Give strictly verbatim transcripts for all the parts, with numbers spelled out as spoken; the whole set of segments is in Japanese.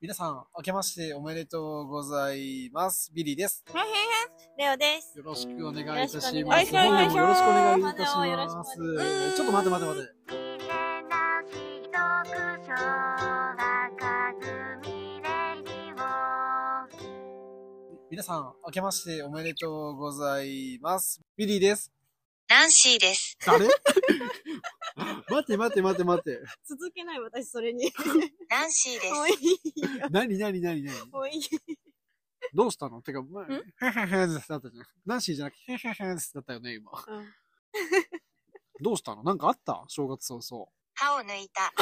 皆さん、明けましておめでとうございます。ビリーです。 レオです。 よろしくお願いいたします。 よろしくお願いします。 本年もよろしくお願いいたしよろしくお願いしま。 ますす。 ちょっと待って待って待って。皆さん、明けましておめでとうございます。ビリーです。 ナンシーです。 誰待って待って待って待って。 続けない私それに。 ナンシーです。 もういいよ。 何何何何もういい。 どうしたのてか、まあ、へへへですだったじゃん。ナンシーじゃなくて、へへへですだったよね、今。 うん、 どうしたのなんかあった正月早々。 歯を抜いた。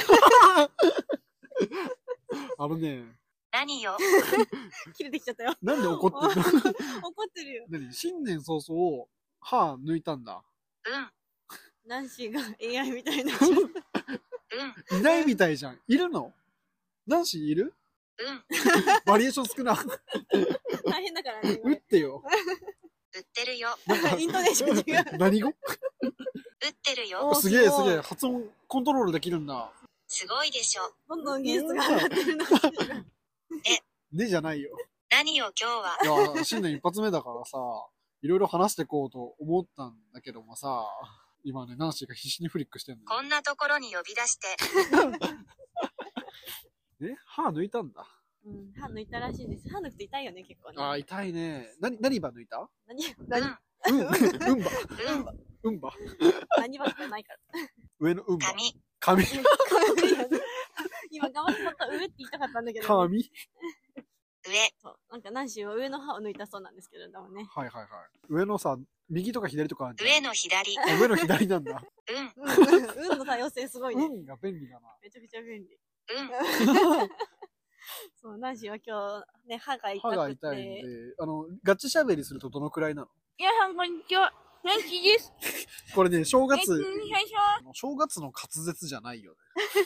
あのね。 何よ。 切れてきちゃったよ。 なんで怒ってるの怒ってるよ。 何新年早々、歯抜いたんだ。 うん。 ナンシーが エーアイ みたいになっちゃう。 うん。 いないみたいじゃん。いるのナンシーいるうん。 バリエーション少な。 大変だからね。 打ってよ。 売ってるよ。 イントネーション違う。 何語売ってるよ。 すげえすげえ。発音コントロールできるんだ。 すごいでしょ。 どんどん技術が上がってるな。 え。 ねじゃないよ。 何よ今日は。 いや、新年一発目だからさ、いろいろ話していこうと思ったんだけどもさ、今ね、ナンシーが必死にフリックしてんのよ。 こんなところに呼び出して。 え歯抜いたんだ。 うん、歯抜いたらしいんです。歯抜くと痛いよね、結構ね。 あ、痛いね。なに、何歯抜いた何何うん、うんば。 うん。 うんば。 何歯ってないから。 上のうんば。 髪。 髪。 今頑張ってまた上って言いたかったんだけど、ね。 髪上。 そう。なんかナンシーは上の歯を抜いたそうなんですけど、でもね。 はいはいはい。上のさ、右とか左とかあるじゃん。 上の左。 あ、上の左なんだ。 うん。 運の多様性すごいね。 運が便利だな。 めちゃくちゃ便利。 うん。 そう、ナンシーは今日、ね、歯が痛くて。 歯が痛いんで、あの、ガチ喋りするとどのくらいなの皆さん、こんにちは。ナンシーです。 これね、正月、 お願いしま正月の滑舌じゃないよね。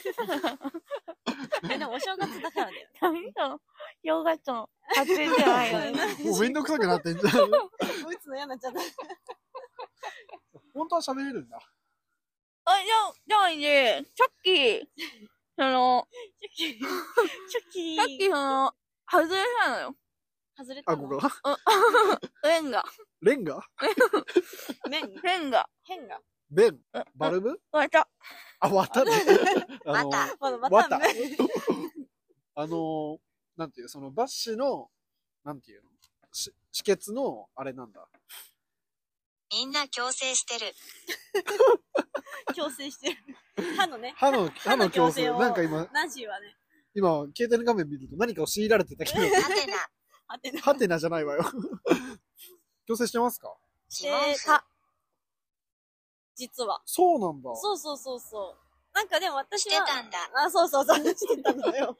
え、でもお正月だからだよ。 神の正月の発言じゃないよね。 もうめんどくさくなってんじゃん。 打つの嫌になっちゃった。 本当は喋れるんだ。 あ、じゃあ、じゃあね、さっき、その、 チョキ、チョキ。 さっきその、外れたのよ。 外れたの。 あ、ここがレンガ。 レンガ面レンガ。 変が。 ベンバルブ割れた。 あ、割ったね。あの、 また。 まだま割ったたあの、なんていう、そのバッシュの、なんていうのし止血の、あれなんだ。 みんな矯正してる。 矯正してる。歯のね。 歯の、歯の矯正。 をなんか今、 ナンシーはね。 今、携帯の画面見ると何かを強いられてたけど、 はてな。 はてな。 ハテナじゃないわよ。矯正してますか指紋符。 た。実は。 そうなんだ。 そうそうそうそう。なんかでも私は。 してたんだ。 あ、そうそうそう。してたんだよ。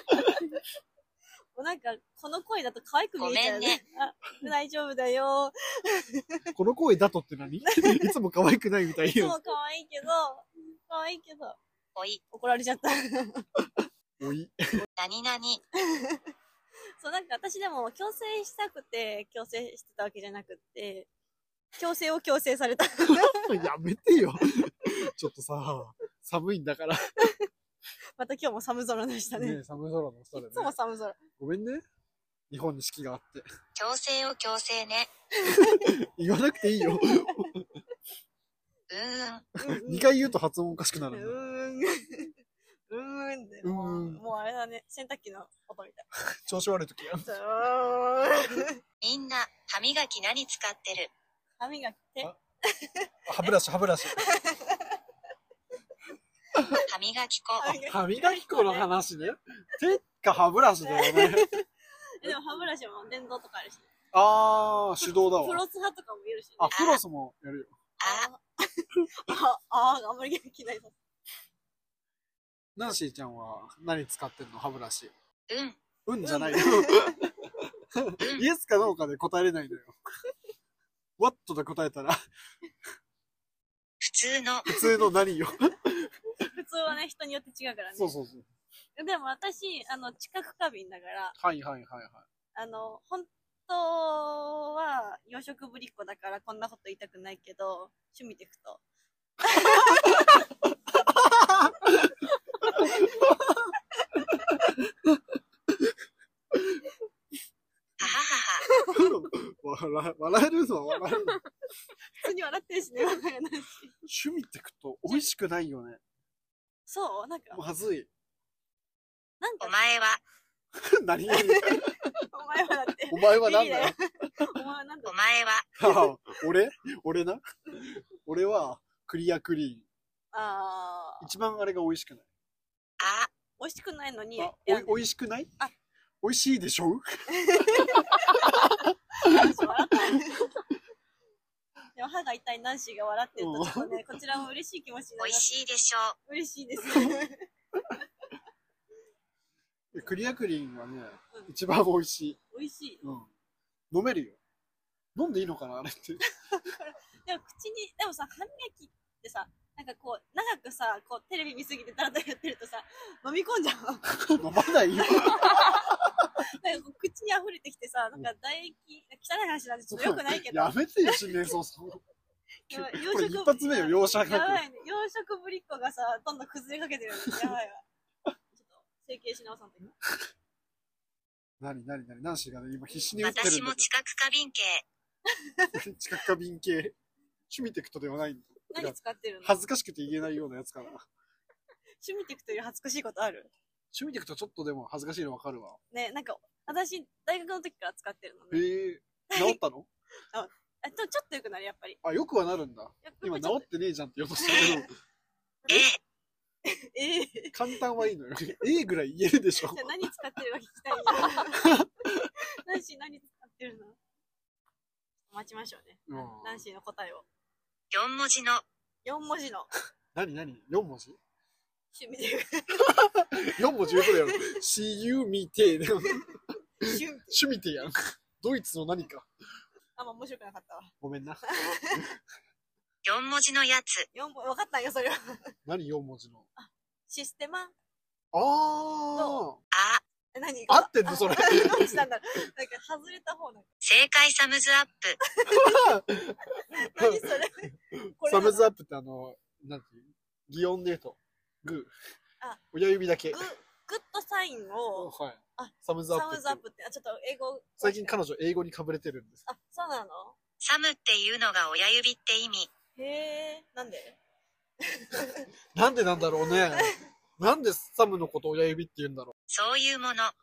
もうなんか、この声だと可愛く見えちゃうね。あ、大丈夫だよ。 この声だとって何いつも可愛くないみたいいつもよ。 可愛いけど、可愛いけど、 おい。 怒られちゃった。 おい。 何々。 そう、なんか私でも矯正したくて、矯正してたわけじゃなくて、矯正を強制された。 やめてよ。ちょっとさ、寒いんだから。 また今日も寒空でしたね。 ねえ、寒空のそれね。 いつも寒空。 ごめんね。日本に四季があって。 矯正を矯正ね。 言わなくていいよ。 うーん。 二回言うと発音おかしくなうるんだ。 ーん。うーんって。もう、もうあれだね。洗濯機の音みたい。 調子悪い時や。 そう。 みんな、歯磨き何使ってる？ 歯磨き手あ歯ブラシ、歯ブラシ。 歯磨き粉。 歯磨き粉の話ね。手か歯ブラシだよね。 でも歯ブラシも電動とかあるし、ね。 あー、手動だわ。 フロス派とかもいるし、ね。 あ、フロスもやるよ。 あ、 あ、あ、あんまり元気ないぞ。 ナンシーちゃんは何使ってんの歯ブラシ。 うん。 うんじゃないよ。イエスかノーかで答えれないのよ。ワットで答えたら、 普通の。 普通の何よ。 普通はね、人によって違うからね。 そうそうそう。 でも私、あの、知覚過敏だから、 はいはいはいはい。 あの、本当は養殖ぶりっ子だからこんなこと言いたくないけど、趣味でいくと。 笑笑えるのは笑えるの。 普通に笑ってるしね、我が家ナンシー。 趣味ってくと美味しくないよね。 そうなんか、 まずい。 なんかお、前は、 何々 お前はだって。 お前は何だよ。 お前はなんだお前は、 あ俺俺な俺はクリアクリーン。 あー、 一番あれが美味しくない。 あ、 美味しくないのに、 あ、 いやおい美味しくないあ美味しいでしょ笑ったね。でも歯が痛いナンシーが笑ってると、ちょっとね、こちらも嬉しい気持ちにな美味ります。 しいでしょう。 嬉しいです。 クリアクリーンはね、 うん一番美味しい。 美味しい。 うん。飲めるよ。飲んでいいのかなあれって。 でも口に、でもさ、歯磨きってさ、なんかこう、長くさ、こう、テレビ見すぎてダラダラやってるとさ、飲み込んじゃう。 飲まないよ。 なんかこう口に溢れてきてさ、なんか唾液、汚い話なんでちょっと良くないけど。 やめてよ、新年早々。こやばいれ一発目よ、容赦やばないね。養殖ぶりっ子がさ、どんどん崩れかけてる。やばいわ。ちょっと、整形し直さんといけない。 なになになにナンシーがね、今必死に打ってるんだ私も知覚過敏系。 けど。知覚過敏系。趣味テクトではないんだ。 何使ってるの？ 恥ずかしくて言えないようなやつかな。 趣味テクという恥ずかしいことある？ 趣味テクトちょっとでも恥ずかしいのわかるわ。 ね、なんか、私、大学の時から使ってるのね。 へえー、治ったのあとちょっと良くなる、やっぱり。 あ、よくはなるんだ。 やっぱ今ちょっと治ってねえじゃんって言おうとしたけど、 え、 ええ簡単はいいのよ。A ぐらい言えるでしょじゃ。あ何使ってるか聞きたいな。ナンシー何使ってるの？待ちましょうね。 うんナンシーの答えを。 よん文字の、 よん文字の何何 ?よん 文字趣味で。 ?よん 文字言うことやろ。See you, me, te. 趣味。 趣味てやん。ドイツの何か。 あんま面白くなかったわ。 ごめんな。 よん文字のやつ。 よん文、分かったんよ、それは。 何よん文字の。 システマあー。 あ、 え、何合ってんのそれ。 どうしたんだろう。なんか外れた方なんか。 正解サムズアップ。 何それ。これサムズアップってあの、なんていう擬音で言うと、グー。 あ親指だけ。 グ、グッドサインを、 はい。 あサムズアップっていう。 サムズアップって、あ、ちょっと英語。 最近彼女英語にかぶれてるんです。 あ、そうなの？ サムっていうのが親指って意味。 へえ、なんで？ なんでなんだろうね。なんでサムのこと親指って言うんだろそういうもの。 う。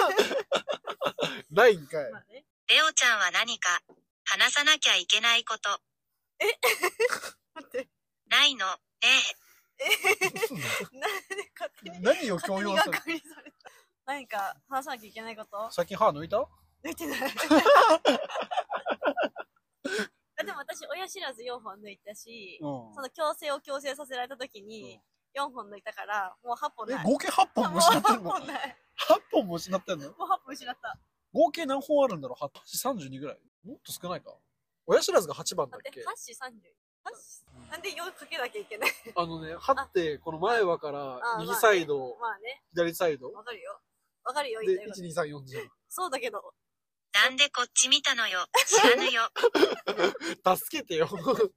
ないんかい。 まあね。 レオちゃんは何か話さなきゃいけないこと待って。 ないのねなんで勝手に。 何を強要する勝手にがっかりされた。何か話さなきゃいけないこと？ 最近歯抜いた抜いてない。あでも私、親知らずよんほん抜いたし、 うんその矯正を矯正させられた時によんほん抜いたから、もうはっぽんえない。、 合計はっぽんも失ってんのもうはっぽんない。 はっぽんも失ってんのもうはっぽん失った。 合計何本あるんだろう ?はち、さんじゅうにぐらいもっと少ないか親知らずがはちばんだっけ待って、はちさんじゅう。はちなんでよんかけなきゃいけない？ あのね、歯って、この前歯からあ右サイド、 まあね、 左サイドわかるよ。わかるよ、 で、いち、 言いたいこと。 に、さん、よんじゃん。 そうだけど、 なんでこっち見たのよ。知らぬよ。 助けてよ。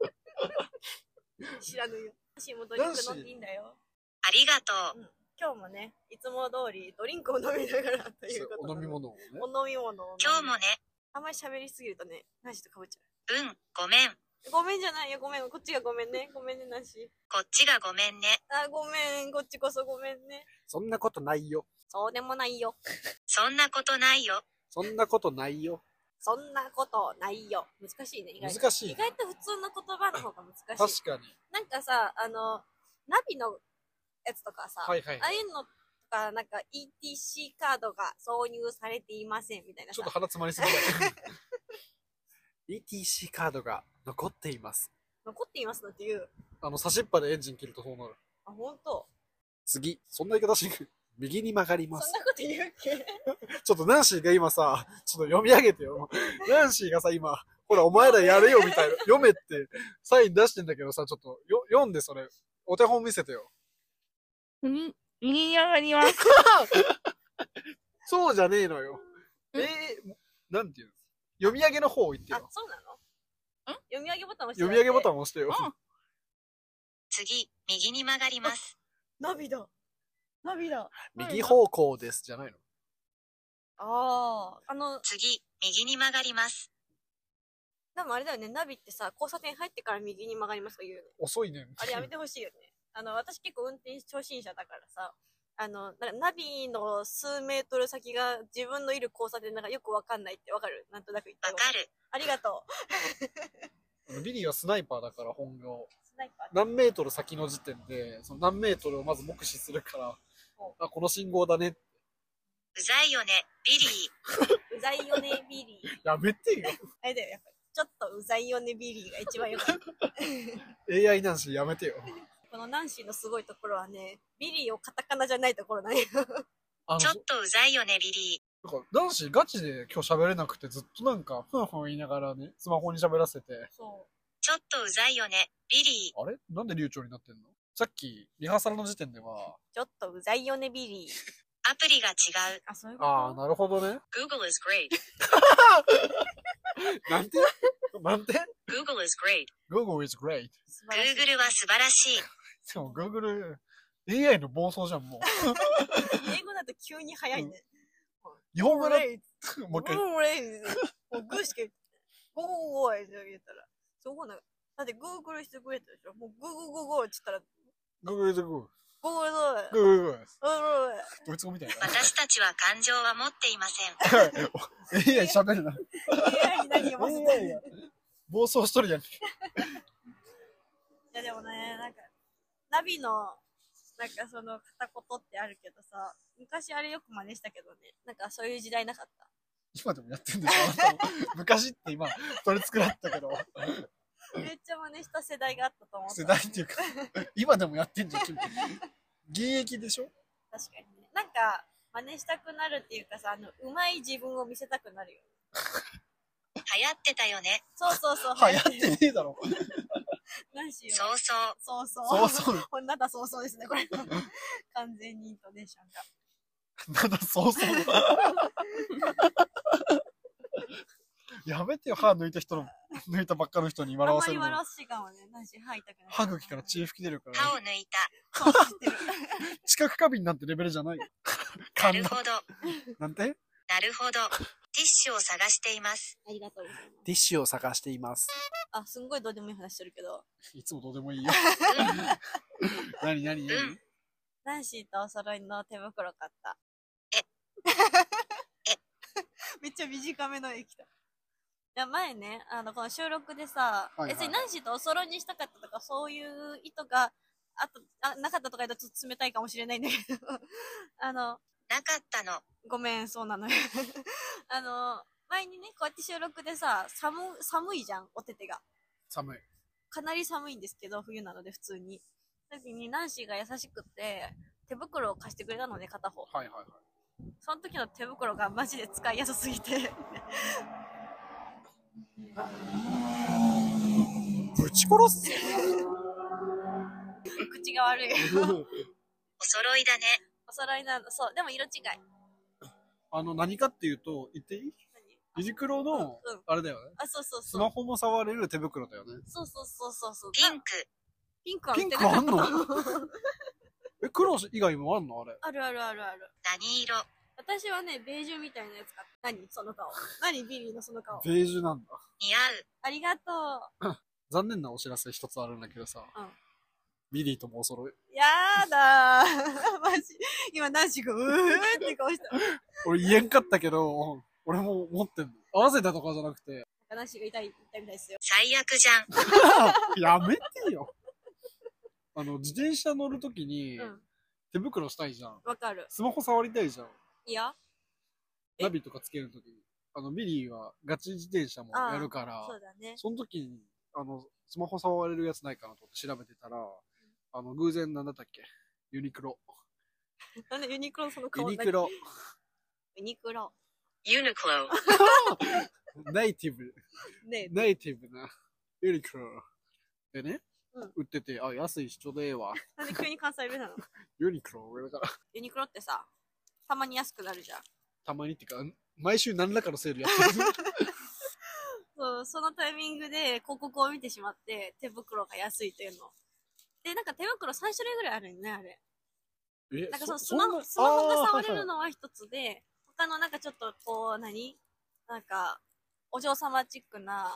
知らぬよ。私もドリンク飲んでいいんだよ。 ありがとう。 今日もね、いつも通りドリンクを飲みながらということでお飲み物をね。 お飲み物を。 今日もね、 あんまり喋りすぎるとね、ナンシーとかぶっちゃうん、ごめん。 う。ごめんじゃないよ、ごめん。こっちがごめんね。ごめんね、ナンシー。 こっちがごめんね。 あ、ごめん。こっちこそごめんね。 そんなことないよ。 そうでもないよ。 そんなことないよ。 そんなことないよ。 そんなことないよ。難しいね、意外と。 難しい意外と普通の言葉の方が難しい。 確かに。 なんかさ、あの、ナビのやつとかさ、 はいはいああいうのとか、なんか イーティーシー カードが挿入されていませんみたいなさちょっと。鼻詰まりすぎだよ。イーティーシー カードが残っています。 残っていますのっていう。 あの、差しっぱでエンジン切るとそうなる。 あ、ほんと？ 次、そんな言い方しにくい。右に曲がりますそん。なこと言うっけ？ ちょっとナンシーが今さ、ちょっと読み上げてよ。ナンシーがさ、今、ほら、お前らやれよみたいな、読めってサイン出してんだけどさ、ちょっとよ読んでそれ、お手本見せてよ。 右、右に上がります。 そうじゃねえのよ。えー、なんていうの読み上げの方を言ってあよ、。 そうなの？ ん読み上げボタン押して。 読み上げボタン。 ンを押してよ。 うん次、右に曲がります。 ナビだ。ナビだ。 右方向です、じゃないの。 ああ、あの、 次、右に曲がります。 でもあれだよね、ナビってさ、交差点入ってから右に曲がりますとか言うよね。 遅いねん。 あれやめてほしいよね。あの、私結構運転初心者だからさ、あの、なんかナビの数メートル先が自分のいる交差点なんかよくわかんないってわかる？なんとなく言ってわかる。 ありがとう。 ビリーはスナイパーだから本業。 スナイパー何メートル先の時点で、その何メートルをまず目視するから、あ、この信号だね。 うざいよね、ビリー。 うざいよね、ビリー。 やめてよ。 あれだよ、やっぱり。ちょっとうざいよね、ビリーが一番よかった。 エーアイ 男子やめてよ。 このナンシーのすごいところはね、ビリーをカタカナじゃないところなんよ。 あのちょっとうざいよね、ビリー。 なんか男子ガチで今日喋れなくてずっとなんかふんふん言いながらね、スマホに喋らせて。 そちょっとうざいよね、ビリー。 あれなんで流暢になってんの？さっきリハーサルの時点では、 う。ちょっとうざいよね、ビリー。 アプリが違う。 あ、そういうことああ、なるほどね。 Google is great. なんてなんて Google is great. ?Google is great. 素晴らしい。 Google は素晴らしい。 でも Google、エーアイ の暴走じゃん、もう。 英語だと急に早いね。 日本語だレイもう一回。 もうレイもうグーしか言ってない。ゴーゴーって言ったら、そうなんか、だって Google してくれたでしょ。もうグーグーグーグーって言ったら、 Google is good. ゴーゴー Google is ゴーゴードイツ語みたいな。 私たちは感情は持っていません。 エーアイ 喋るな。 エーアイ に何読ませてエーアイ が暴走しとるやん。 いやでもね、なんか、ナビの、なんかその片言ってあるけどさ、昔あれよく真似したけどね、なんかそういう時代なかった。 今でもやってんでしょあなたも昔って今、取り繕ったけど、 めっちゃ真似した世代があったと思った。 世代っていうか、今でもやってんじゃん、君。現役でしょ確かにね。なんか、真似したくなるっていうかさ、あの、うまい自分を見せたくなるよ。 流行ってたよね。 そうそうそう。 流行ってねえだろ。 何しよう。 そうそう。 そうそう。 そうそう。 これなんだそうそうですね、これ。完全にイントネーションが。 なんだ、そうそう。やめてよ、歯抜いた人の、抜いたばっかの人にあん笑わせるの。 まり笑わすしかもね、何し歯痛くなる。 歯茎から血吹き出るから、 歯を抜いた。 そう知ってる。 知覚過敏なんてレベルじゃないよ。 な噛んだ。 るほど。 なんてなるほど。ティッシュを探しています。 ありがとうございます。 ティッシュを探しています。 あ、すんごいどうでもいい話してるけど、 いつもどうでもいいよ。何何何、 うんナンシーとお揃いの手袋買った。 ええめっちゃ短めの絵来た。いや、前ね、あの、この収録でさ、 はいはい別にナンシーとお揃いにしたかったとか、そういう意図があとあなかったとか言うとちょっと冷たいかもしれないんだけど、あの、 なかったの。 ごめん、そうなのよ。あの、前にね、こうやって収録でさ、寒、寒いじゃん、お手手が。 寒い。 かなり寒いんですけど、冬なので普通に。時にナンシーが優しくって手袋を貸してくれたのね、片方。 はいはいはい。 その時の手袋がマジで使いやすすぎてぶち殺す口が悪い。 お揃いだね。 お揃いなの。そう、でも色違い。 あの、何かっていうと、言っていい？ユニクロのうんうん、 あれだよね。 あ、そうそうスそう。 マホも触れる手袋だよね。 そうそうそうそうそう。 ピンク。 ピンクは売ピンってなかったクあんのえ、黒以外もあんのあれ。 あるあるあるある。 何色？ 私はね、ベージュみたいなやつ買った。何その顔。何ビリーのその顔。 ベージュなんだ。 似合う。 ありがと残念なお知らせ一つあるんだけどさ。 うんビリーともお揃い。 う。やだー。マジ。今、ナンシーがうーって顔した。 俺言えんかったけど、俺も思ってんの。合わせたとかじゃなくて。 ナンシーが痛い、痛いみたいですよ。 最悪じゃん。 やめてよ。あの、自転車乗るときにうん。 手袋したいじゃん。 わかる。 スマホ触りたいじゃん。 いやえナビとかつけるときに。あの、ビリーはガチ自転車もやるから、 そうだね。 その時に、あの、スマホ触れるやつないかなと思って調べてたら、あの、偶然なんだったっけユニクロ。 なんでユニクロのそのユ顔ニクロ。 ユニクロ。 ユニクロ。 ネイティブ。 ねネイティブなユニクロ。でね、 うん売ってて、あ、安いしちょうどええわ。 なんで急に関西弁なのユニクロ、俺だから、 ユニクロってさ、たまに安くなるじゃん。 たまにってか、毎週何らかのセールやってる。 そう、そのタイミングで広告を見てしまって、手袋が安いというの。で、なんか手袋さん種類ぐらいあるよね、あれ。 え、 なんかそのスそんなマホ、スマホが触れあーはいはいるのは一つで、他のなんかちょっとこう、何なんか、お嬢様チックな、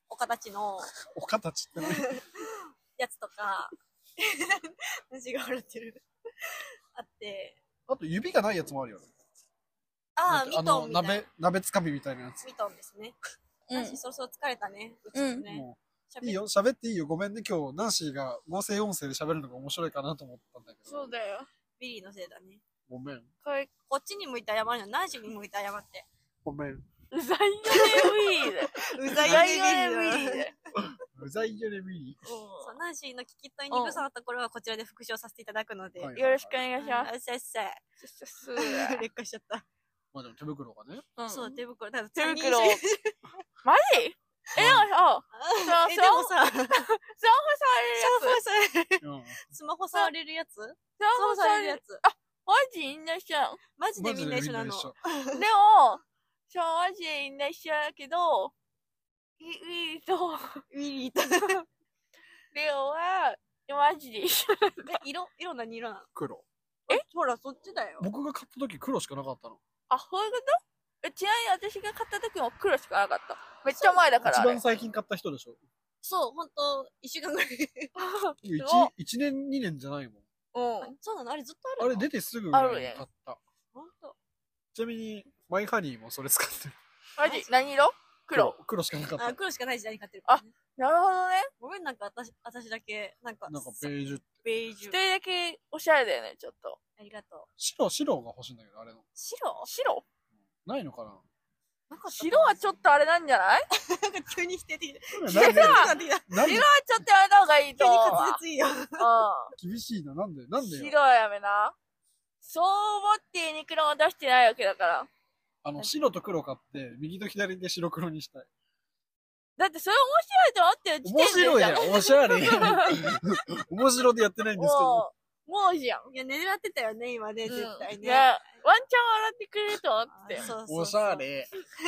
お形のお形ってね。 やつとか、私が笑ってる。あって、 あと指がないやつもあるよね。 ああ、ミトンのみたいな。 鍋、鍋つかみみたいなやつ。 ミトンですね。 うん私、そろそろ疲れたね。うちもね。 も喋ういいよ、喋っていいよ。ごめんね、今日、ナンシーが合成音声で喋るのが面白いかなと思ったんだけど。 そうだよ。 ビリーのせいだね。 ごめん。 これ、 こっちに向いて謝るの、ナンシーに向いて謝って。 ごめん。 うざいよね、ウィーで。 うざいうざいよね、 よね、ウビリー。 ィーで。 うざいよね、ミー。 そう、ナンシーの聞き取りにくさのところはこちらで復唱させていただくので。 はいよろしくお願いします。 あっしゃっしゃ。 す劣化しちゃった。 まあでも手袋がね。 うんそう、手袋。多分手袋三人一緒にマジえ、でもさ、そうえ、でもさ、 スマホ触れるやつ。 されるうん。 スマホ触れるやつスマホ触れるやつ。あ、マジみんな一緒なの。 マジでみんな一緒なの。 マジでみんな一緒でも、そう、マジでみんな一緒だけど、ウィーと、 ウィリーと。 レオは、マジで一緒なんだ。 え、色色何色なの？ 黒。 え、ほら、そっちだよ。 僕が買った時黒しかなかったの。 あ、そういうことえちなみに私が買った時も黒しかなかった。めっちゃ前だから。 一あれ番最近買った人でしょ。 そう、ほんと、一週間ぐらい。 一お一年、二年じゃないもん。 うん。 そうなのあれずっとあるのあれ出てすぐあるね買った。 ほんと。 ちなみに、マイハニーもそれ使ってる。 マジ何色黒。 黒しかなかったあ、。黒しかない時代に買ってるからね。 なるほどね。 ごめん、なんか私、私だけ、なんか、 なんかベージュ。 ベージュ。 一人だけおしゃれだよね、ちょっと。 ありがとう。 白、白が欲しいんだけど、あれの。 白白ないのかななかった白はちょっとあれなんじゃないなんか急に否定的で。 なんでなんでなんで白はちょっとやめた方がいい急にと思うわ。 滑舌いいよ。 うん。 厳しいな。なんでなんでよ。 白はやめな。そう思ってユニクロは出してないわけだから。 あの、白と黒買って、右と左で白黒にしたい。 だってそれ面白いと思ってる時面点でじゃん白いやん。おしゃれ。面白でやってないんですけど。 もう、もうじゃん。 いや、狙ってたよね、今ね、絶対ね。 ね、ワンチャン笑ってくれると思ってたよ。 そうそうそうおしゃ。れ。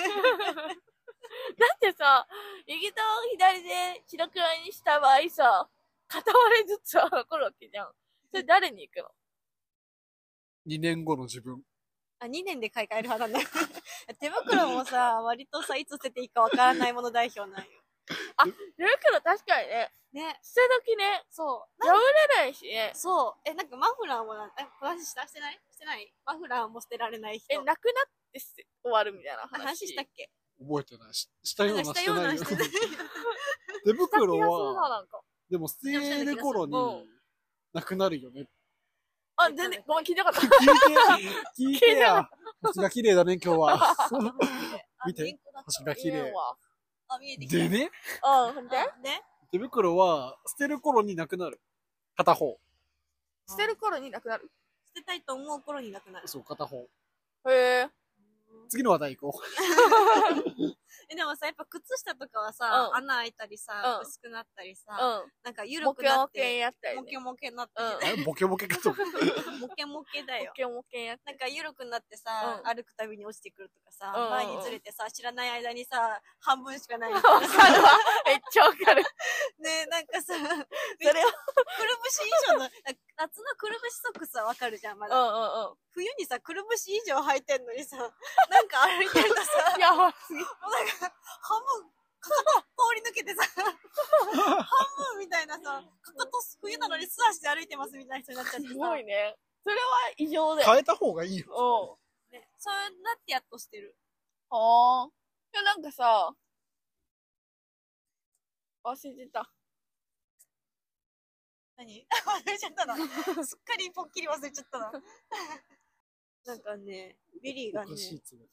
だってさ、右と左で白黒にした場合さ、片割れずつは残るわけじゃん。それ誰に行くのにねんごの自分。 あ、にねんで買い替える派なんだよ。手袋もさ、割とさ、いつ捨てていいかわからないもの代表なんよ。 手袋確かにね、 ね。 捨て時ね、 そう。 破れないしね。 そう。え、なんかマフラーもな、え、話したしてないしてないマフラーも捨てられない人。 え、なくなって捨て終わるみたいなあ話。 話したっけ覚えてないし。したようなしたしてないよ。 ようなしてない。 手袋気がするな、 は、 なんか。 でも捨てる頃にうん、 なくなるよね。 あ、全然、ごめん、聞いてなかった。 聞いて、聞いてや。星が綺麗だね、今日は。見てあリンクだった星が綺麗。 あ、見えてきた。 でね、 うん、ほんであね。 手袋は捨てる頃になくなる。片方。 捨てる頃になくなる。 捨てたいと思う頃になくなる。 そう、片方。 へえ。 次の話題行こえ、でもさ、やっぱ靴下とかはさ、 うん穴開いたりさ、 うん薄くなったりさ、 うん。 なんか緩モケモくなって、 ケやったりね。 モケモケになってう。 うんあれボケボケかと思った。 モケモケだよモ。ケモケやったなんか緩くなってさ、 うん歩くたびに落ちてくるとかさ、 うんうんうん前にずれてさ、知らない間にさ、半分しかないみわたいなかるわ。めっちゃわかる。 ね、なんかさ、それそれはくるぶし以上の、夏のくるぶしソックスはわかるじゃん、まだ。 うんうんうん。 冬にさ、くるぶし以上履いてんのにさ、なんか歩いてるとさ、 やばすぎ。 もうなんか、半分、かかと通り抜けてさ、半分みたいなさ、かかと冬なのに素足で歩いてますみたいな人になっちゃってさ、 すごいね。それは異常だよ。 変えた方がいいよ。 うん。 ね、そうなってやっとしてる。 はあ。いや、なんかさ、忘れてた。 何忘れちゃったの。すっかりぽっきり忘れちゃったの。なんかね、ビリーがねおか、しいっつうの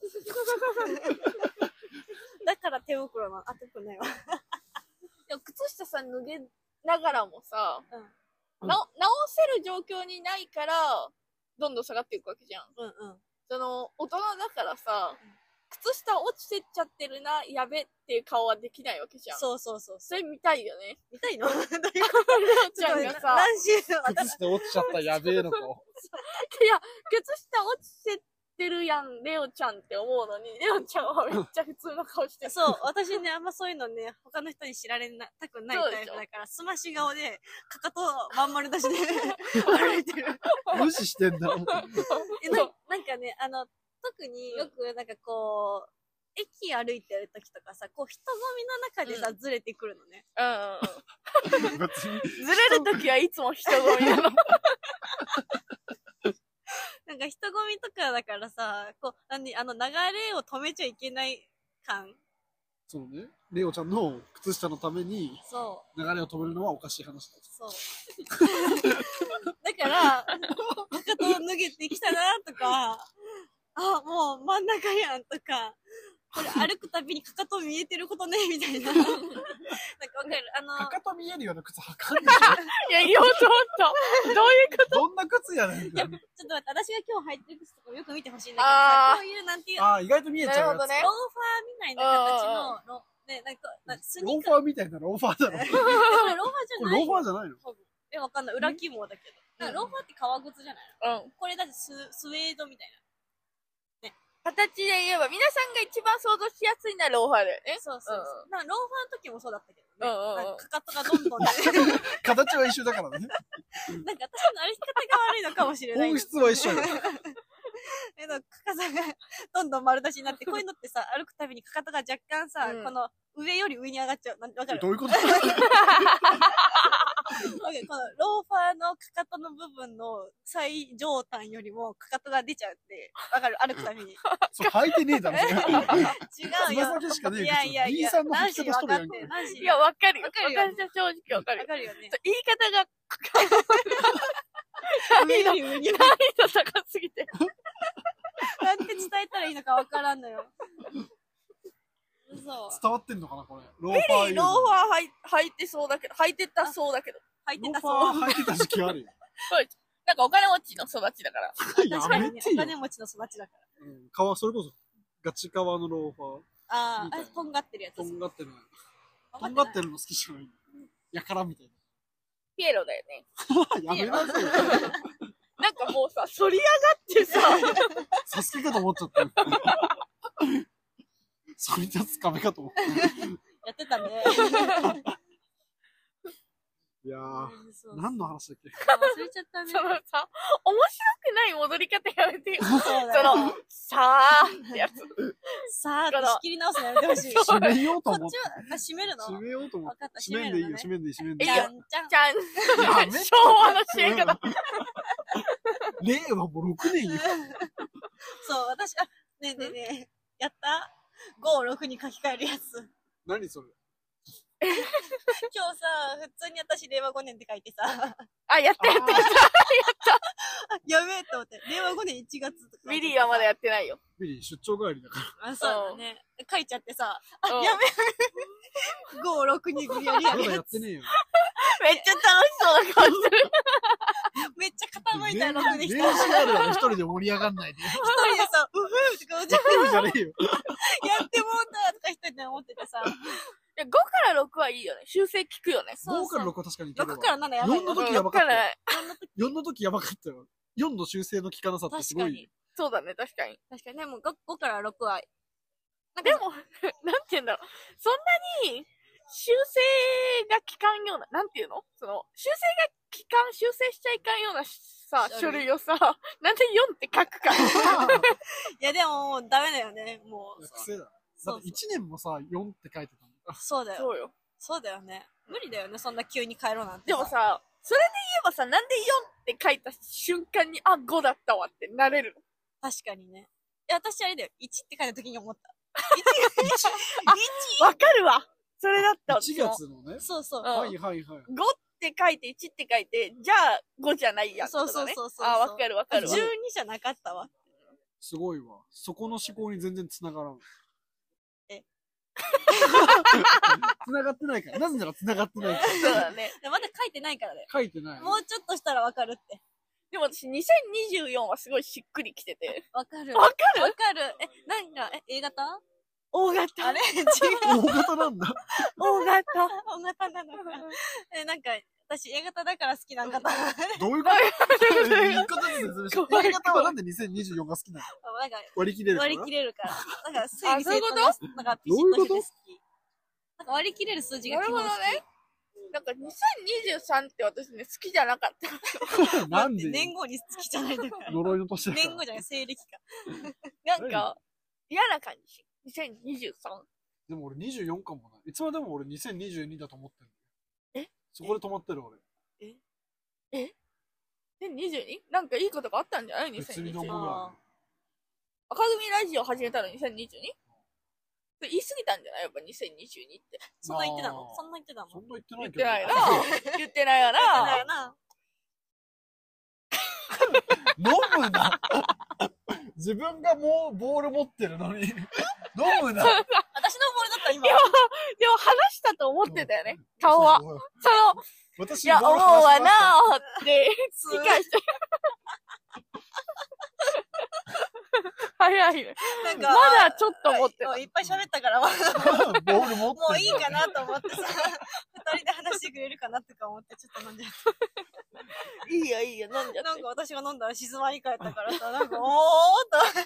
だから手袋なの。あ、手袋ないわ。 でも靴下さ、脱げながらもさ、 うん。 な、直せる状況にないから、どんどん下がっていくわけじゃん。 うんうん。 その、大人だからさ、靴下落ちてっちゃってるな、やべっていう顔はできないわけじゃん。 そうそうそう。 それ見たいよね。 見たいのどういうことレオちゃんがさ、 何週の靴下落ちちゃったやべえのか。 いや、靴下落ちてってるやん、レオちゃんって思うのに、レオちゃんはめっちゃ普通の顔してる。 そう、私ね、あんまそういうのね、他の人に知られなたくないそうでしょタイプだから、すまし顔で、かかとまん丸出しで歩いてる。 無視してんだ。 えななんかね、あの、特によくなんかこう、 駅歩いてる時とかさ、こう人混みの中でさ、 うずれてくるのね。 うんうんうん。 別に。 ずれるときはいつも人混みなの。 なんか人混みとかだからさ、こう、何、あの流れを止めちゃいけない感。 そうね。レオちゃんの靴下のためにそ流れを止めるのはおかしい話だ。 う。そう。だから、かかと脱げてきたなとか、あ、もう真ん中やんとか、これ歩くたびにかかと見えてることね、みたいな。なんかわかる。あの、 かかと見えるような靴履かんでしょ。 いや、言おうと思った。どういうこと？ どんな靴やねん。 いや、ちょっと待って、私が今日履いてる靴とかよく見てほしいんだけどさ、 あーこういうなんていう、 ああ、意外と見えちゃうやつ。 なるほどねローファーみたいな形の、ロね、なんか、なスローニーカー。 ファーみたいなローファーだろ。 え、これローファーじゃこれないローファーじゃないの？ 多分え、わかんない。裏起毛だけど。なんかローファーって革靴じゃないの、 うん。 これだってススウェードみたい形で言えば、皆さんが一番想像しやすいのはローファーだよねな。。そうそうそう。 うんなんかローファーの時もそうだったけどね。 うんうんうんなんかかかとがどんどんね。 形は一緒だからね。 なんか私の歩き方が悪いのかもしれない。 本質は一緒よ。 えのかかとがどんどん丸出しになって、こういうのってさ、歩くたびにかかとが若干さ、 うんこの上より上に上がっちゃう。なんわかるどういうこと？ わかるこのローファーのかかとの部分の最上端よりもかかとが出ちゃうって、わかる歩くたびに。 そう履いてねえだろ。それ違うよ。 つま先しかねえいよやいやいや。 B さんの履き方しとるやんけナンシー分かってるナンシーいや、わかるよ。 わかるよ私は正直わかるよ。 わかるよね。 そう言い方が、 上より上に。 難易度高すぎて。 なんて伝えたらいいのかわからんのよ。そう。 伝わってんのかなこれ。ロービファーリー、ローファー履い履いてそうだけど、履いてたそうだけど。 履いてローフたそう。 ァー履いてた時期あるよ。 なんかお金持ちの育ちだから。 や確かにね、おめてよ。 金持ちの育ちだから。 うん革、それこそガチ革のローファー。 あーあ、 みたいなとんがってるやつ。 とんがってる。ととんがってるの好きじゃない。やからみたいピエロだよね。 な。やめなさいよ。 なんかもうさ、反り上がってさ、 サスケかと思っちゃったよ。そり立つ壁かと思った。 やってたね。 いやー、 そう何の話だっけ？ あ忘れちゃったね。 そのさ、面白くない戻り方やめてよ。 そうそだよ。 の、さあってやつ。 さあって仕切り直すのやめてほしい。 閉めようとこ思って。 っちは、あ、閉めるの閉めようと思ってわかった。 閉めんでいいよ、 閉閉めんでいい、閉めんでいい。 じゃいいよんじゃん。 じゃん。 やめて昭和の教え方。 令和もろくねんよ。 そう、私、あ、ねえねえねえ、やったご、ろくに書き換えるやつ。 何それ？ 今日さ、普通に私、令和ごねんって書いてさ、 あ、やったやったやっあやべえと思って、令和ごねんいちがつとか。 た。ビリーはまだやってないよ。 ビリー出張帰りだから。 あ、そうだね。書いちゃってさ、あ、 うんやべえ。ご、ろくに無理やりやまだるやつ。 やってねえよ。 めっちゃ楽しそうな顔してる。 めっちゃ傾いたらろくでき練た。一習あるわね、一人で盛り上がんないで。 人でさ、うふーとか思っちゃってじゃねえよ。 やってもうたとか一人で思っててさ、 いや、ごからろくはいいよね。修正効くよね。 そうそうごからろくは確かにいけるわろくからななやばいよんのな。 時やばかったよ。 らよんの時やばかったよ。よんの修正の効かなさってすごい。 確かに。 そうだね、確かに。 確かにね、もう ご, ごからろくは。なんかでも、なんて言うんだろう。そんなに、修正が効かんような、なんていうのその、修正が効かん、修正しちゃいかんようなさ、 書類書類をさ、なんでよんって書くか。 いやでももうダメだよね、もう。 癖だ。だそうっていちねんもさ、よんって書いてたんだ。 そうだよ。 そうよ。 そうだよね。無理だよね、そんな急に帰ろうなんて。 でも、さ、それで言えばさ、なんでよんって書いた瞬間に、あ、ごだったわってなれるの。 確かにね。いや、私あれだよ、いちって書いた時に思った。 わかるわ。それだったいちがつのね。 そうそう。 うんはいはいはい。 ごって書いていちって書いて、じゃあごじゃないやんってことね。 そうそうそうそうあ、わかるわかるわじゅう。にじゃなかったわ。 すごいわ。そこの思考に全然繋がらん。 え繋がってないから。なぜなら繋がってないかそうだね。 でまだ書いてないからね。 ら。書いてない。 もうちょっとしたらわかるって。 でも私にせんにじゅうよんはすごいしっくりきてて。 わかる。 わかるわかる。え、なんか、え、A 型大型。 あれ違う。 大型なんだ。 大型。 大型なのか。え、なんか、私 A 型だから好きなんかと。 どういうこと一個ずつ説明して。 怖い A 型はなんでにせんにじゅうよんが好きなの？ なんか、 割り切れるから。 割り切れるから。なんか、整理あそういうこと整頓が、なんか、ピシッとしてて好き。なんか割り切れる数字がなるほど基本好き。 ね。なんかにせんにじゅうさんって私ね、好きじゃなかった。 なんで年号に好きじゃないんだから。 呪いの年だから。 年号じゃない、西暦か。 なんか、嫌な感じ。 にせんにじゅうさん? でも俺にじゅうよんかもない。いつまでも俺にせんにじゅうにだと思ってんの。 えそこで止まってる俺。 ええ にせんにじゅうに? なんかいいことがあったんじゃない ?にせんにじゅうに。 別にどんぐらい。 赤組ラジオ始めたの にせんにじゅうに? 言い過ぎたんじゃないやっぱにせんにじゅうにって。 そんな言ってたの？そんな言ってたの？ そんな言ってない言っけど。 てないな。言ってないよな。 言ってないよな。 飲むな自分がもうボール持ってるのに飲むな。 私のボールだった今。 でも、でも話したと思ってたよね。顔は。その、 私いや、思うわなーって理解してる。早いね。 なんか、 まだちょっと思ってた。 いっぱい喋ったから、 ボール持ってる。 もういいかなと思ってさ、二人で話してくれるかなとか思ってちょっと飲んじゃった。 いいよいいよ、飲んじゃって。 なんか私が飲んだら静まり返ったからさ、なんか、おーっと。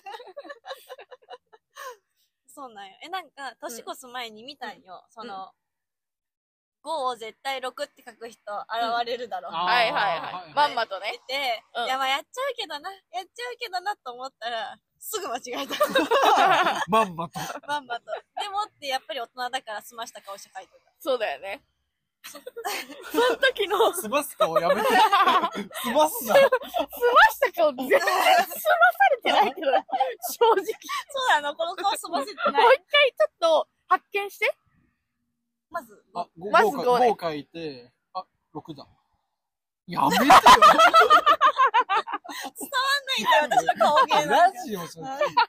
そうなんよ。え、なんか、年越す前に見たんよ。その、ごを絶対ろくって書く人現れるだろう。 はいはいはい。まんまとね。 で、 うんいやまあやっちゃうけどな、やっちゃうけどなと思ったら、すぐ間違えた。 まんまと。 まんまと。でもってやっぱり大人だから済ました顔して書いてた。 そうだよね。その時の、 済ます顔やめて。済ますな。 済ました顔全然済まされてないけど、正直。 そうなの、この顔済ませてもうない。 一回ちょっと発見して。 まず、 あ、ご、 まずごごね書いて、あ、ろくだ。やめてよ。 伝わんないんだよ、私の顔芸なんラか。 ジオじゃん。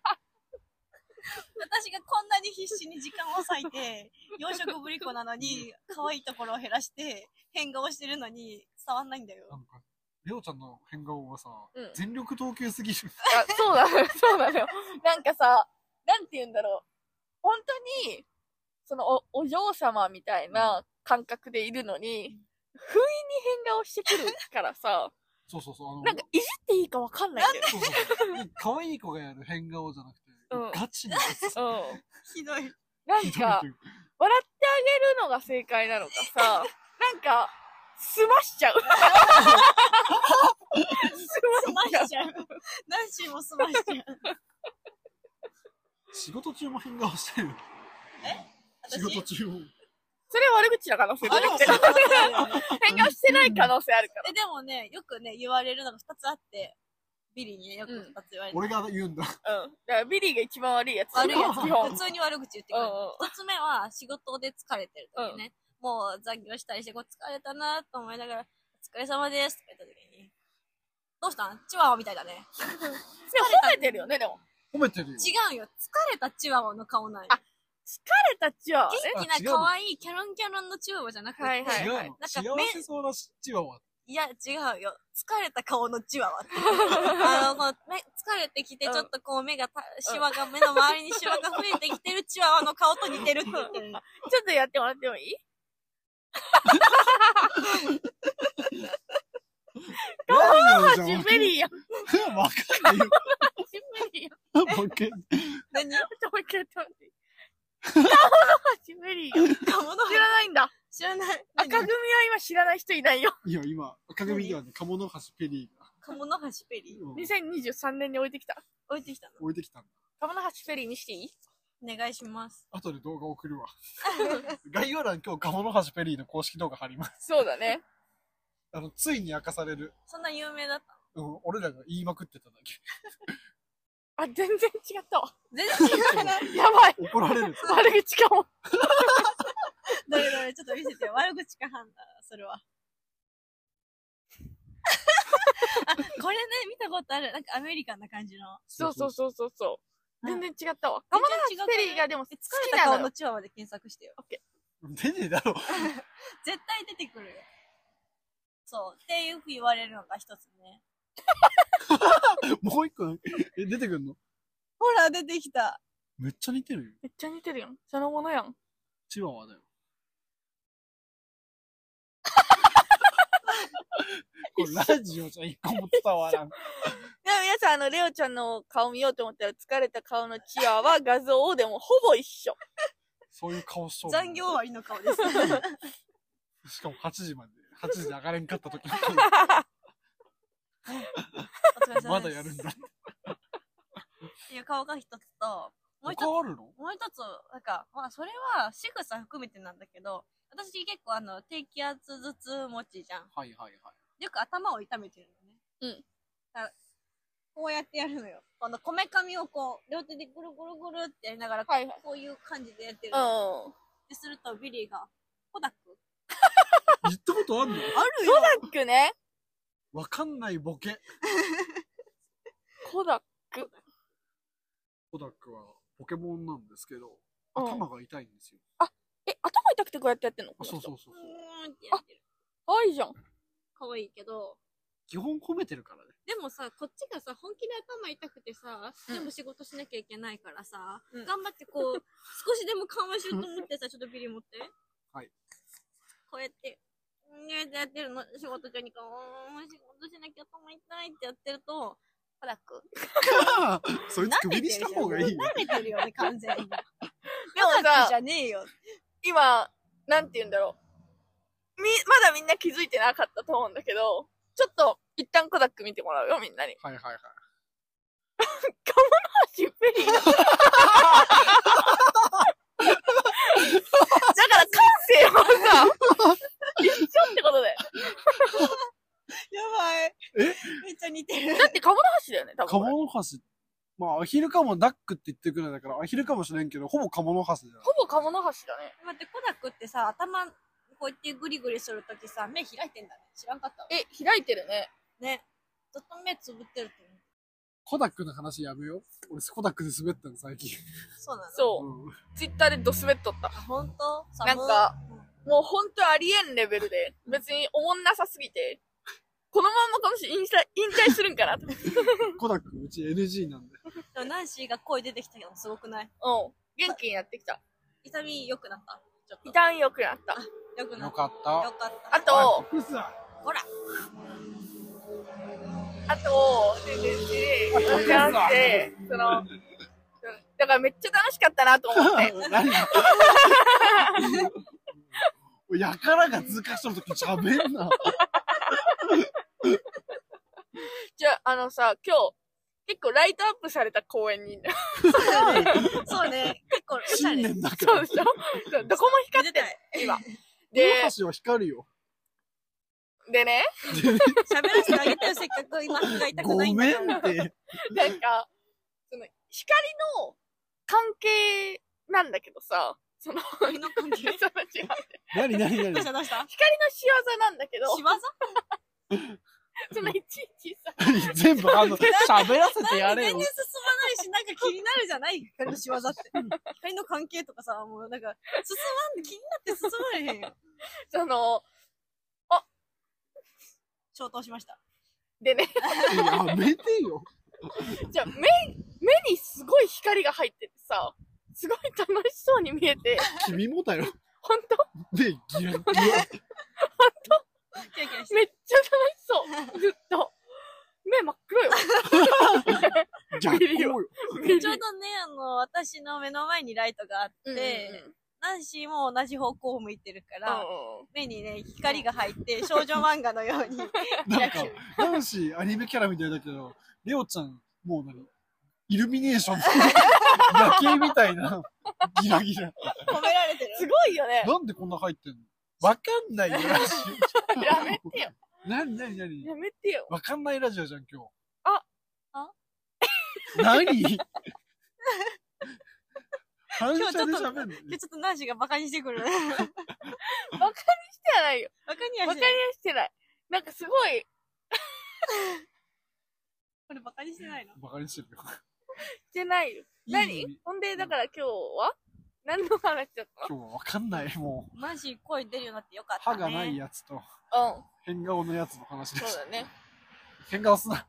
私がこんなに必死に時間を割いて、養殖ぶりっ子なのに、可愛いところを減らして、変顔してるのに伝わんないんだよ。 なんか、レオちゃんの変顔がさ、 うん全力投球すぎる。 あ、そうだね、そうなのよ。なんかさ、なんて言うんだろう。本当に、そのお、お嬢様みたいな感覚でいるのに、不意に変顔してくるからさ、 そうそうそう。あのなんかいじっていいかわかんないんだよ。 そうそう。可愛い子がやる変顔じゃなくて、 うんガチなやつ。 うん。 ひどい。 なんかひどいと、いう笑ってあげるのが正解なのかさ、なんか、済ましちゃう。 済ましちゃう。何週も済ましちゃう。 仕事中も変顔してる。仕事中も。 それ悪口な可能性出てきてる。 あでもそうだよね変顔してない可能性あるから。 え、でもね、よくね、言われるのがふたつあって、ビリにね、よくふたつ言われる。 俺が言うんだ。 うん。だからビリーが一番悪いやつ。 悪いやつ。 基本普。通に悪口言ってくるうんうん。 一つ目は、仕事で疲れてる時ね。もう残業したりして、こう疲れたなと思いながら、お疲れ様ですって言った時に、どうしたんチワワみたいだね。 でも褒めてるよね、でも。 褒めてるよ。 違うよ。疲れたチワワの顔なんよ。 あ疲れたチワワね。 元気な可愛いキャロンキャロンのチワワじゃなくて、 はいはい違うの。 なんか幸せそうなチワワ。 いや、違うよ。疲れた顔のチワワって。あの、この、目、疲れてきて、 うんちょっとこう目がた、シワが、目の周りにシワが増えてきてるチワワの顔と似てるって言ってる。 ちょっとやってもらってもいいラジュベリーやん。 ー。わかんないよ。 ジュベリーやん。 わかんない。 何ちょっともう一回やってもらっていい顔のジュベリーやん。 顔の知らないんだ。 知らない。 赤組は今知らない人いないよ。 いや、今、赤組ではね、鴨の橋ペリーが鴨の橋ペリー。 うんにせんにじゅうさんねんに置いてきた。 置いてきたの。 置いてきたんだ。 鴨の橋フェリーにしていいお願いします。 後で動画送るわ。概要欄今日鴨の橋ペリーの公式動画貼ります。 そうだね。 あの、ついに明かされる。 そんな有名だったの？ うん、俺らが言いまくってただけ。 あ、全然違ったわ。 全然違うな。 やばい。 怒られる。 悪口かも。 どれどれ、ちょっと見せてよ。悪口か判断、それは。あ、これね、見たことある。なんかアメリカンな感じの。 そうそうそうそうそう。 うん全然違ったわ。 全鴨然違うの橋フェリーがでも好疲きれた顔のなのよ。 チワワで検索してよ。 出ねえだろ。 絶対出てくるよ。そう。っていうふう言われるのが一つね。 もう一個なんか、え、出てくんのほら、出てきた。 めっちゃ似てるよ。 めっちゃ似てるやん。そのものやん。 チワワだよ。これラジオじゃ一個も伝わらん。 でも皆さん、あの、レオちゃんの顔見ようと思ったら疲れた顔のチワワ画像でもほぼ一緒。 そういう顔しそう。 残業終わりの顔です。 しかもはちじまで、はちじで上がれんかった時の顔。 お疲れ様です。 まだやるんだ。 っていう顔が一つと、 もう一つ、 他あるの？ もう一つ、なんか、まあ、それは仕草含めてなんだけど、私結構あの、低気圧頭痛持ちじゃん。 はいはいはい。 よく頭を痛めてるのね。 うん。 だからこうやってやるのよ。このこめかみをこう、両手でぐるぐるぐるってやりながら、 はいはい。 こういう感じでやってるうの。 ん。 ですると、ビリーが、コダック言ったことあんの？ あるコよ。 ダックね。 わかんないボケ。 コダック。 コダックはポケモンなんですけど、 うん頭が痛いんですよ。 え、頭痛くてこうやってやってんの？ あ、そうそうそうそう。 うーんってやってる。 かわいいじゃん。 かわいいけど、 基本褒めてるからね。 でもさ、こっちがさ、本気で頭痛くてさ、 うんでも仕事しなきゃいけないからさ、 うん頑張ってこう、少しでも緩和しようと思ってさ、ちょっとビリ持って。 はい。 こうやって、ねってやってるの、仕事中にこう、もう仕事しなきゃ頭痛いってやってると、コダック。 そいつ首にした方がいいよ。 慣れてるよね、完全に。 でもコダックじさ、 ゃねえよ。 今、なんて言うんだろう。み、まだみんな気づいてなかったと思うんだけど、ちょっと、一旦コダック見てもらうよ、みんなに。 はいはいはい。 カモノハシペリーだ。だから感性はさ、一緒ってことで。 やばい。 えめっちゃ似てる。 だってカモノハシだよね、多分。 カモノハシ。まあ、アヒルかもダックって言ってくれだから、アヒルかもしれんけど、ほぼカモノハシじゃん。 ほぼカモノハシだね。 待って、コダックってさ、頭、こうやってグリグリするときさ、目開いてんだね。知らんかったわ。 え、開いてるね。 ね。ずっと目つぶってるって思う。 コダックの話やめよう。俺、コダックで滑ったの、最近。 そうなのそう。 うん。 ツイッターでドスベっとった。 あ、ほんとなんか、 うんもうほんとありえんレベルで、別におもんなさすぎて、このままこの人引退引退するんかなと。 コダック、うち エヌジー なんで。 でもナンシーが声出てきたけど、すごくないうん。元気にやってきた。 痛み良くなったちょっと。 痛んよくなった。 良くなった。 よかった。 よかった。 あと、 うさ。 ほら。 あと、で、で、で、で、なんて、その、だからめっちゃ楽しかったなと思って。 何やからが通過しとるとき喋んな。 じゃあ、あのさ、今日、結構ライトアップされた公園にいんだよ。 そうね。結構、おしゃれ。 新年だから。 そうでしょそうどこも光ってる、今。で、 大橋は光るよ。 でね、 喋らせてあげてよ、せっかく今、が痛くごないんだから。 めんって。 なんか、その、光の関係なんだけどさ、その、 光の関係その違う。 何何何どうしたどうした光の仕業なんだけど、 仕業そのいちいちさ、 全部あの、喋らせてやれよ全然。進まないし、なんか気になるじゃない光の仕業って。光の関係とかさ、もうなんか、進まんで気になって進まれへんよ。 その、 消灯しました。 でね、 やめてよ。 じゃあ目、目にすごい光が入っててさ、すごい楽しそうに見えて、 君もだよ。 ほんとで、ギラギラ。 キラキラして。 めっちゃ楽しそう。ずっと。目真っ黒よ。 逆光よ。 ビちょうどね、あの、私の目の前にライトがあって、 うんうんナンシーも同じ方向を向いてるから、 うん目にね、光が入って、少女漫画のように、 なんか、男子アニメキャラみたいだけど、レオちゃん、もう何イルミネーション、夜景みたいな、ギラギラ。 褒められてる。 すごいよね。 なんでこんな入ってんのわかんないよ、ラジやめてよ。 オ。なになになにやめてよ。 わかんないラジオじゃん、今日。 あ、 あ何反射で今日ちょっと、 喋んの今日ちょっとナンシーがバカにしてくる。ババカにしてはないよ。 カにはバカにはしてない。 してない。なんかすごい、 これバカにしてないのバカにしてるよ。 してないよ。 いい何ほんで、だから今日は何の話だった今日はわかんない、もう。 ナンシー声出るようになってよかったね。 歯がないやつと、 の変顔のやつの話うん。 です。 そうだね。 変顔すな。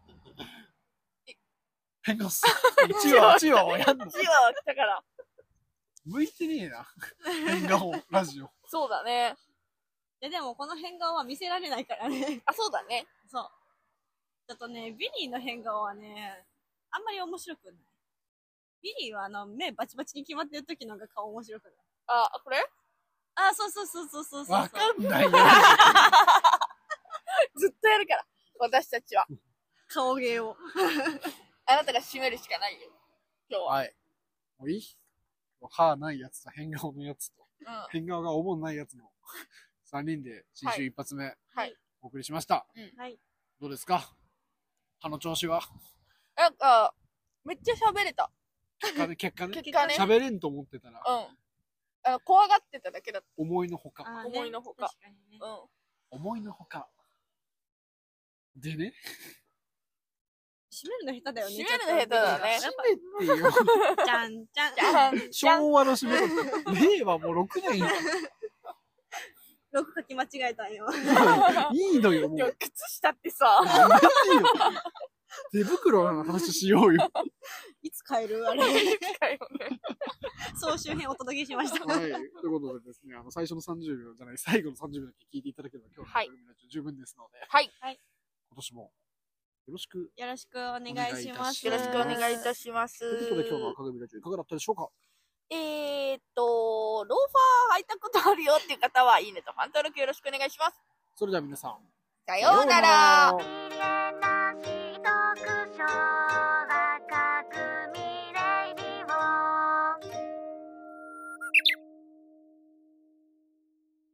変顔すな。チワワ、チワワやんの。 チワワ来たから。 向いてねえな。変顔、ラジオ。 そうだね。 いやでもこの変顔は見せられないからね。 あ、そうだね。 そう。ちょっとね、ビリーの変顔はね、あんまり面白くない。ビリーはあの、目バチバチに決まってる時のが顔面白くない。 あ、これあ、そうそうそうそうそうそう。 わかんないよ。 ずっとやるから。私たちは。 顔芸を。 あなたが締めるしかないよ。今日は。 はい。 もういい歯ないやつと変顔のやつと、 うん。 変顔がおもんないやつのさんにんで新週一発目はい。 お送りしました。 はい。 どうですか歯の調子は？ なんか、めっちゃ喋れた。 結果ね、結果ね。 結果ね。 喋れんと思ってたら、 うん。あの、怖がってただけだっ思いのほか。 あー思いのほか確かにねた。うん。 思いのほか。でね。 閉めるの下手だよね。 閉めるの下手だねやっっていう。 ぱ、じゃんじゃん。 じゃん、じゃん。 昭和の締め方。令和もろくねんよ。 ろく書き間違えたんよ。 いいのよ、もでもう。 靴下ってさ、 やめてよ。手袋の話しようよ。 いつ帰るあれ。 かよね。 総集編お届けしました。 はい。ということでですね、あの、最初のさんじゅうびょうじゃない、最後のさんじゅうびょうだけ聞いていただければ今日のはい番組の十分ですので、 はい。 はい。 今年もよろしく。 よろしくお願いします。 よろしくお願いいたします。 ということで今日の赤組ラジオいかがだったでしょうか？ えーっと、ローファー履いたことあるよっていう方は、いいねとファン登録よろしくお願いします。 それでは皆さん。 さようなら。 さようなら。